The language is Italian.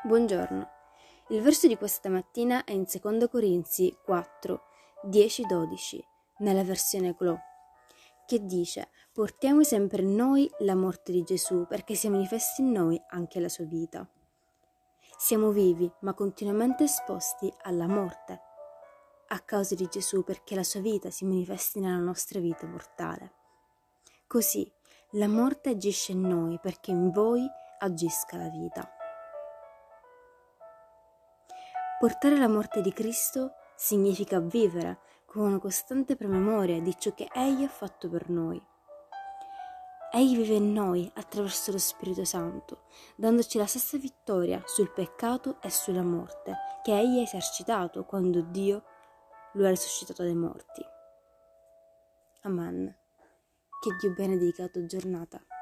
Buongiorno. Il verso di questa mattina è in 2 Corinzi 4, 10-12, nella versione Glo, che dice: portiamo sempre in noi la morte di Gesù, perché sia manifesta in noi anche la sua vita. Siamo vivi, ma continuamente esposti alla morte, a causa di Gesù, perché la sua vita si manifesti nella nostra vita mortale. Così la morte agisce in noi, perché in voi agisca la vita. Portare la morte di Cristo significa vivere con una costante promemoria di ciò che Egli ha fatto per noi. Egli vive in noi attraverso lo Spirito Santo, dandoci la stessa vittoria sul peccato e sulla morte che Egli ha esercitato quando Dio lo ha risuscitato dai morti. Amen. Che Dio benedica la tua giornata.